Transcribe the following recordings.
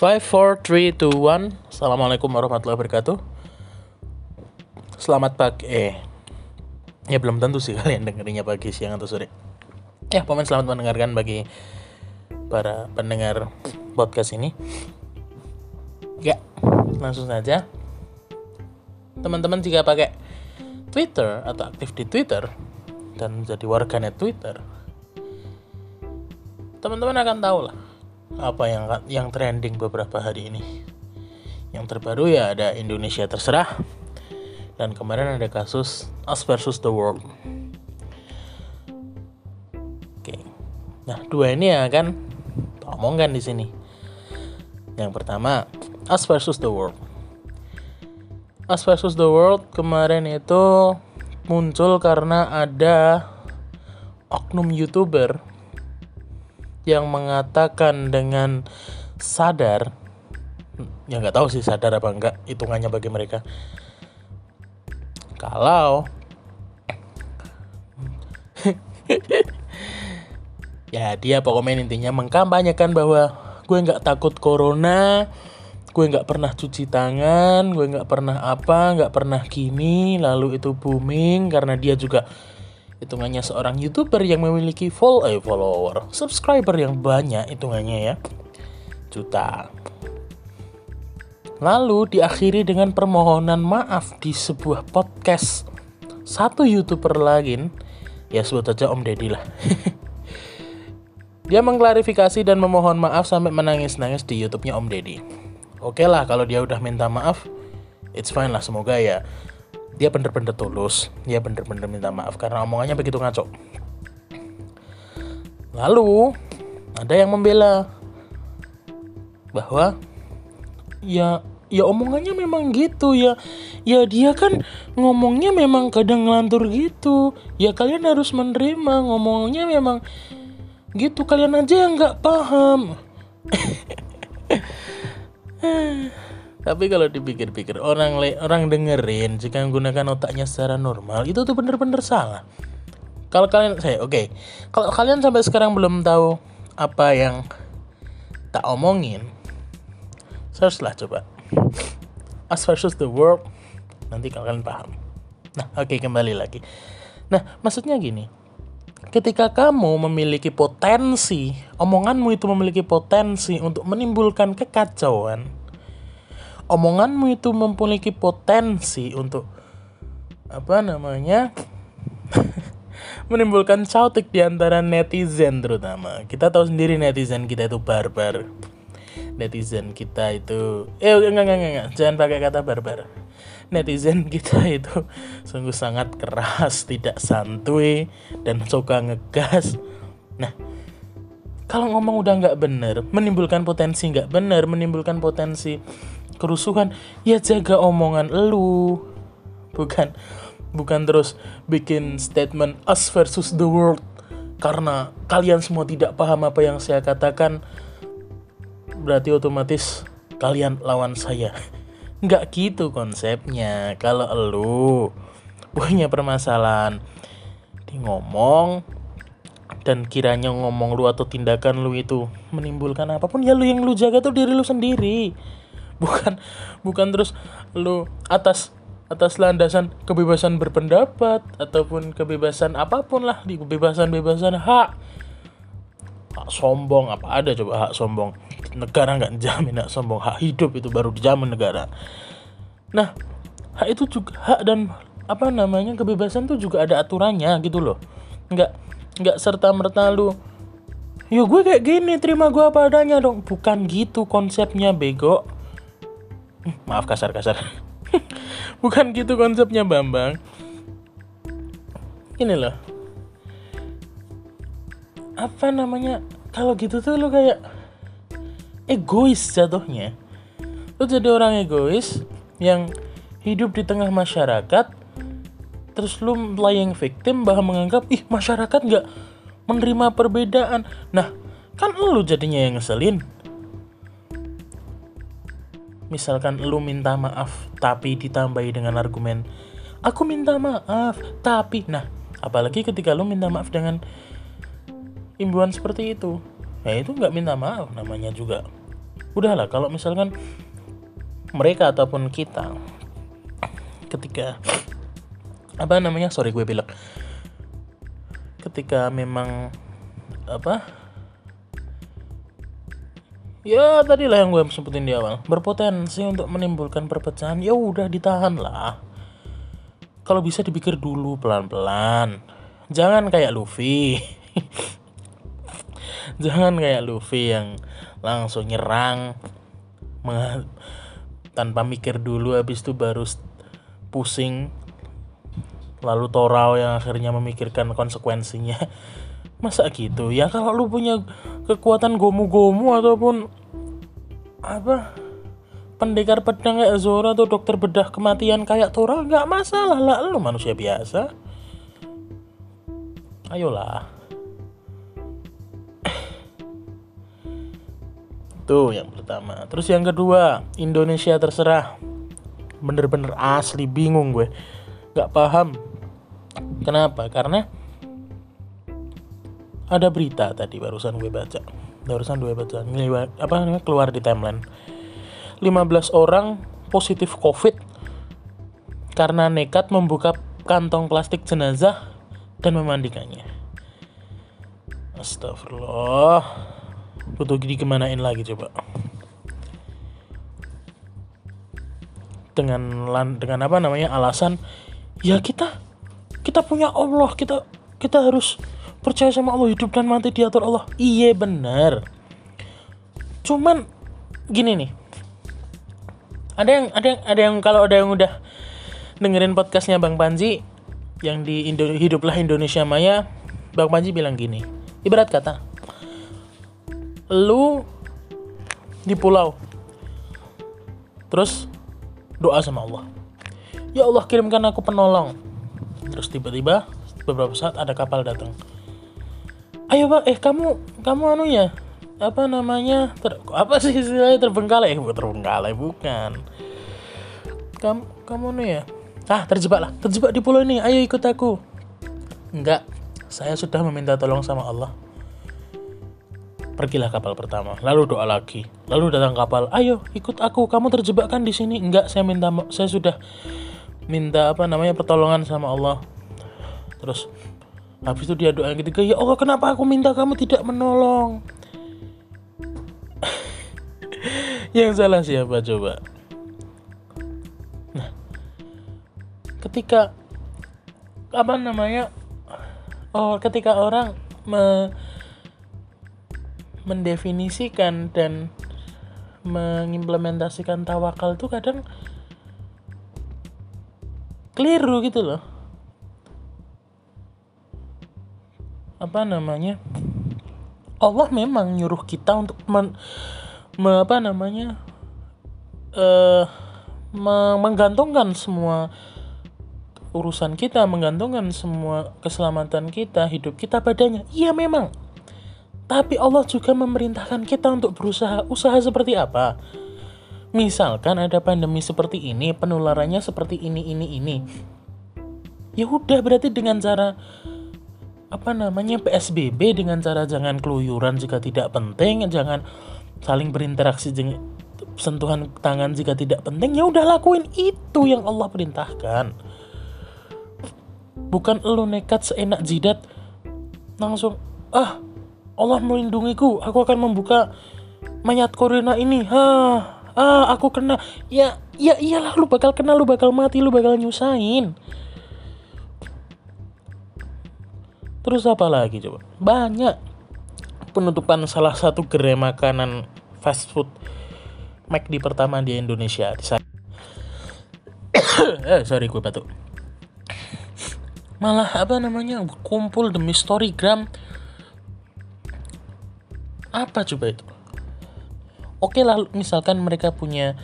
5, 4, 3, 2, 1. Assalamualaikum warahmatullahi wabarakatuh. Selamat pagi. Ya belum tentu sih kalian dengerinnya pagi, siang, atau sore. Ya pokoknya selamat mendengarkan bagi para pendengar podcast ini. Ya langsung saja. Teman-teman jika pakai Twitter atau aktif di Twitter dan menjadi warganet Twitter, teman-teman akan tahu lah apa yang trending beberapa hari ini. Yang terbaru ya ada Indonesia Terserah, dan kemarin ada kasus Us versus the World. Oke. Nah, dua ini ya kan omongkan di sini. Yang pertama, Us versus the World. Us versus the World kemarin itu muncul karena ada oknum YouTuber yang mengatakan dengan sadar, ya nggak tahu sih sadar apa enggak, hitungannya bagi mereka, kalau ya dia pokoknya intinya mengkampanyekan bahwa gue nggak takut corona, gue nggak pernah cuci tangan, gue nggak pernah apa, nggak pernah gini, lalu itu booming karena dia juga hitungannya seorang YouTuber yang memiliki follower, subscriber yang banyak, hitungannya ya juta. Lalu diakhiri dengan permohonan maaf di sebuah podcast satu YouTuber lagi, ya sebut aja Om Deddy lah. Dia mengklarifikasi dan memohon maaf sampai menangis-nangis di YouTube-nya Om Deddy. Oke lah, kalau dia udah minta maaf, it's fine lah, semoga ya dia bener-bener tulus, dia bener-bener minta maaf karena omongannya begitu ngaco. Lalu ada yang membela bahwa ya omongannya memang gitu ya dia kan ngomongnya memang kadang ngelantur gitu, ya kalian harus menerima ngomongnya memang gitu, kalian aja yang nggak paham. Tapi kalau dipikir-pikir, orang dengerin jika menggunakan otaknya secara normal itu tuh bener-bener salah. Kalau kalian kalau kalian sampai sekarang belum tahu apa yang tak omongin, search lah coba Us versus the World, nanti kalian paham. Nah, kembali lagi. Nah, maksudnya gini, ketika kamu memiliki potensi, omonganmu itu memiliki potensi untuk menimbulkan kekacauan, omonganmu itu memiliki potensi untuk menimbulkan cautik di antara netizen, terutama. Kita tahu sendiri netizen kita itu barbar. Netizen kita itu enggak, jangan pakai kata barbar. Netizen kita itu sungguh sangat keras, tidak santuy, dan suka ngegas. Nah, kalau ngomong udah nggak bener, menimbulkan potensi nggak bener, menimbulkan potensi kerusuhan, ya jaga omongan elu, bukan terus bikin statement us versus the world karena kalian semua tidak paham apa yang saya katakan, berarti otomatis kalian lawan saya. Nggak gitu konsepnya. Kalau elu punya permasalahan di ngomong dan kiranya ngomong lu atau tindakan lu itu menimbulkan apapun, ya lu yang lu jaga tuh diri lu sendiri. Bukan terus lu atas landasan kebebasan berpendapat ataupun kebebasan apapun lah, di kebebasan hak sombong, apa ada coba hak sombong? Negara nggak jamin hak sombong, hak hidup itu baru dijamin negara. Nah, hak itu juga hak, dan kebebasan tuh juga ada aturannya gitu loh. Nggak serta-merta lu ya gue kayak gini, terima gue apa adanya dong. Bukan gitu konsepnya, bego. Maaf kasar. Bukan gitu konsepnya, Bambang. Ini loh, kalau gitu tuh lu kayak egois jatuhnya. Lu jadi orang egois yang hidup di tengah masyarakat, terus lu playing victim, bahkan menganggap masyarakat gak menerima perbedaan. Nah, kan lu jadinya yang ngeselin. Misalkan lu minta maaf tapi ditambahi dengan argumen aku minta maaf tapi, nah apalagi ketika lu minta maaf dengan imbuhan seperti itu, ya itu gak minta maaf namanya juga. Udahlah, kalau misalkan mereka ataupun kita ketika ketika memang ya tadilah yang gue sebutin di awal, berpotensi untuk menimbulkan perpecahan, ya udah ditahan lah. Kalau bisa dipikir dulu pelan-pelan. Jangan kayak Luffy. Jangan kayak Luffy yang langsung nyerang tanpa mikir dulu, habis itu baru pusing. Lalu Torao yang akhirnya memikirkan konsekuensinya. Masa gitu? Ya kalau lu punya kekuatan gomu-gomu ataupun pendekar pedang kayak Zoro atau dokter bedah kematian kayak Torao, nggak masalah lah, lu manusia biasa. Ayolah. Tuh yang pertama. Terus yang kedua, Indonesia terserah. Bener-bener asli bingung gue, nggak paham. Kenapa? Karena ada berita tadi barusan gue baca keluar di timeline. 15 orang positif COVID karena nekat membuka kantong plastik jenazah dan memandikannya. Astagfirullah. Butuh dikemanain lagi coba? Dengan alasan ya kita punya Allah, kita harus percaya sama Allah, hidup dan mati diatur Allah. Iya benar. Cuman gini nih. Ada yang kalau ada yang udah dengerin podcastnya Bang Panji yang di Hiduplah Indonesia Maya, Bang Panji bilang gini. Ibarat kata, lu di pulau, terus doa sama Allah, ya Allah kirimkan aku penolong. Terus tiba-tiba beberapa saat ada kapal datang. Ayo Pak, kamu terbengkalai bukan. Kamu terjebak di pulau ini, ayo ikut aku. Enggak, saya sudah meminta tolong sama Allah. Pergilah kapal pertama, lalu doa lagi, lalu datang kapal, ayo ikut aku, kamu terjebak kan di sini. Enggak, saya sudah minta pertolongan sama Allah. Terus habis itu dia doa yang ketiga, ya Allah kenapa aku minta kamu tidak menolong? Yang salah siapa coba? Nah, ketika ketika orang mendefinisikan dan mengimplementasikan tawakal itu kadang keliru gitu loh. Allah memang nyuruh kita untuk menggantungkan semua urusan kita, menggantungkan semua keselamatan kita, hidup kita padanya. Iya memang. Tapi Allah juga memerintahkan kita untuk usaha seperti apa? Misalkan ada pandemi seperti ini, penularannya seperti ini. Ya udah, berarti dengan cara PSBB, dengan cara jangan keluyuran jika tidak penting, jangan saling berinteraksi, sentuhan tangan jika tidak penting. Ya udah, lakuin itu yang Allah perintahkan. Bukan lu nekat seenak jidat langsung Allah melindungiku, aku akan membuka mayat corona ini. Aku kena. Ya iyalah, lu bakal kena, lu bakal mati, lu bakal nyusahin. Terus apa lagi coba? Banyak. Penutupan salah satu gerai makanan fast food McD pertama di Indonesia. Sorry, gue batuk. Malah kumpul demi storygram. Apa coba itu? Oke lah, misalkan mereka punya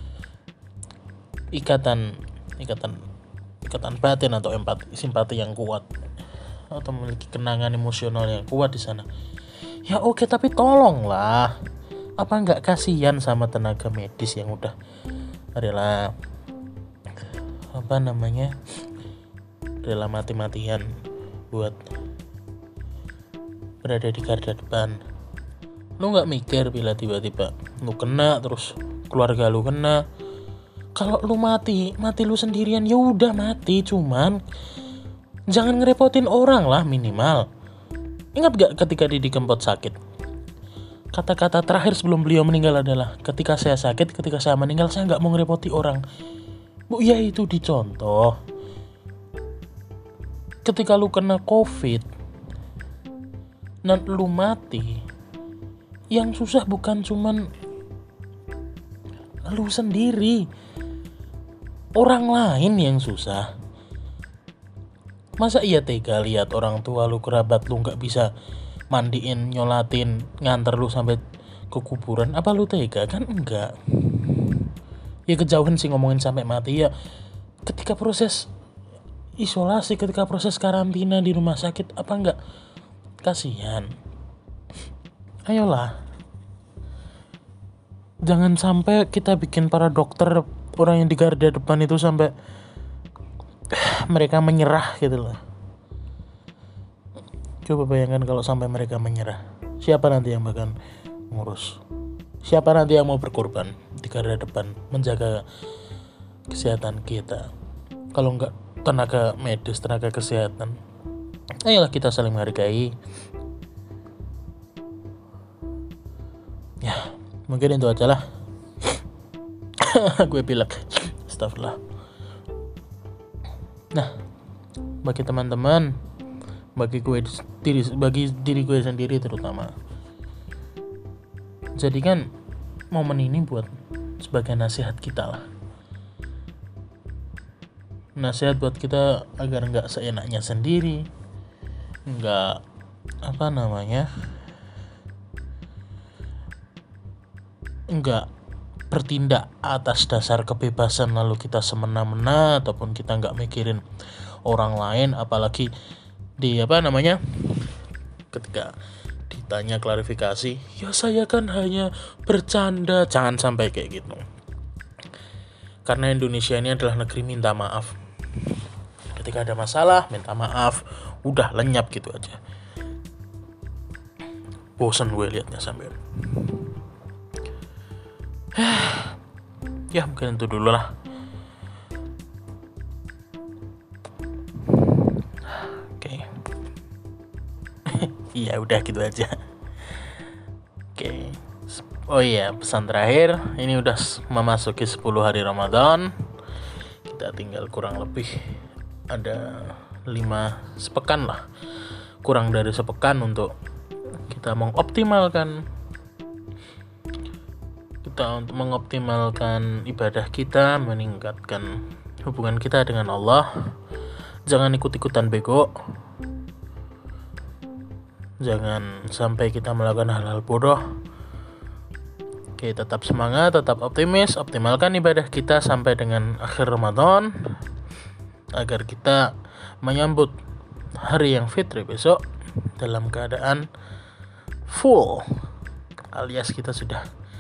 ikatan batin atau simpati yang kuat, atau memiliki kenangan emosional yang kuat di sana. Ya oke, tapi tolonglah, apa nggak kasihan sama tenaga medis yang udah rela rela mati-matian buat berada di garda depan Lu nggak mikir bila tiba-tiba lu kena, terus keluarga lu kena. Kalau lu mati lu sendirian, ya udah mati. Cuman jangan ngerepotin orang lah minimal. Ingat gak ketika Didi Kempot sakit? Kata-kata terakhir sebelum beliau meninggal adalah, ketika saya sakit, ketika saya meninggal, saya nggak mau ngerepoti orang. Bu, ya itu dicontoh. Ketika lu kena COVID dan lu mati, yang susah bukan cuman lu sendiri, orang lain yang susah. Masa iya tega lihat orang tua lu, kerabat lu gak bisa mandiin, nyolatin, nganter lu sampai ke kuburan? Apa lu tega? Kan enggak. Ya kejauhan sih ngomongin sampai mati ya. Ketika proses isolasi, ketika proses karantina di rumah sakit, apa enggak kasihan? Ayolah. Jangan sampai kita bikin para dokter, orang yang di garda depan itu sampai mereka menyerah gitu loh. Coba bayangkan kalau sampai mereka menyerah. Siapa nanti yang bakal ngurus? Siapa nanti yang mau berkorban di garda depan menjaga kesehatan kita? Kalau enggak tenaga medis, tenaga kesehatan. Ayolah kita saling menghargai. Ya, mungkin itu aja lah. Gue pilek. Astagfirullah. Nah, bagi teman-teman, bagi diri gue sendiri terutama, jadikan momen ini buat sebagai nasihat kita lah. Nasihat buat kita agar nggak seenaknya sendiri, nggak nggak bertindak atas dasar kebebasan lalu kita semena-mena, ataupun kita nggak mikirin orang lain, apalagi ketika ditanya klarifikasi, ya saya kan hanya bercanda. Jangan sampai kayak gitu, karena Indonesia ini adalah negeri minta maaf. Ketika ada masalah minta maaf, udah lenyap gitu aja. Bosan gue liatnya sampai. Ya mungkin itu dulu lah. Oke. Iya udah gitu aja. Oke. Oh iya, pesan terakhir, ini udah memasuki 10 hari Ramadan. Kita tinggal kurang lebih ada 5 sepekan lah. Kurang dari sepekan untuk kita mengoptimalkan ibadah kita, meningkatkan hubungan kita dengan Allah. Jangan ikut-ikutan bego. Jangan sampai kita melakukan hal-hal bodoh. Oke, tetap semangat, tetap optimis, optimalkan ibadah kita sampai dengan akhir Ramadan, agar kita menyambut hari yang fitri besok dalam keadaan full, alias kita sudah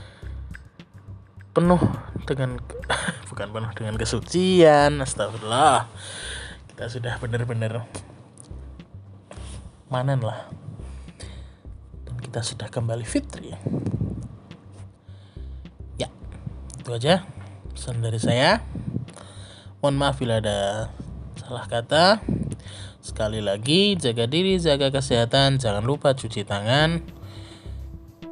penuh dengan bukan penuh dengan kesucian, astagfirullah, kita sudah benar-benar manen lah, dan kita sudah kembali fitri. Ya, itu aja pesan dari saya. Mohon maaf bila ada salah kata. Sekali lagi, jaga diri, jaga kesehatan, jangan lupa cuci tangan.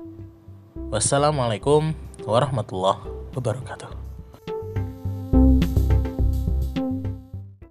Wassalamualaikum warahmatullahi wabarakatuh.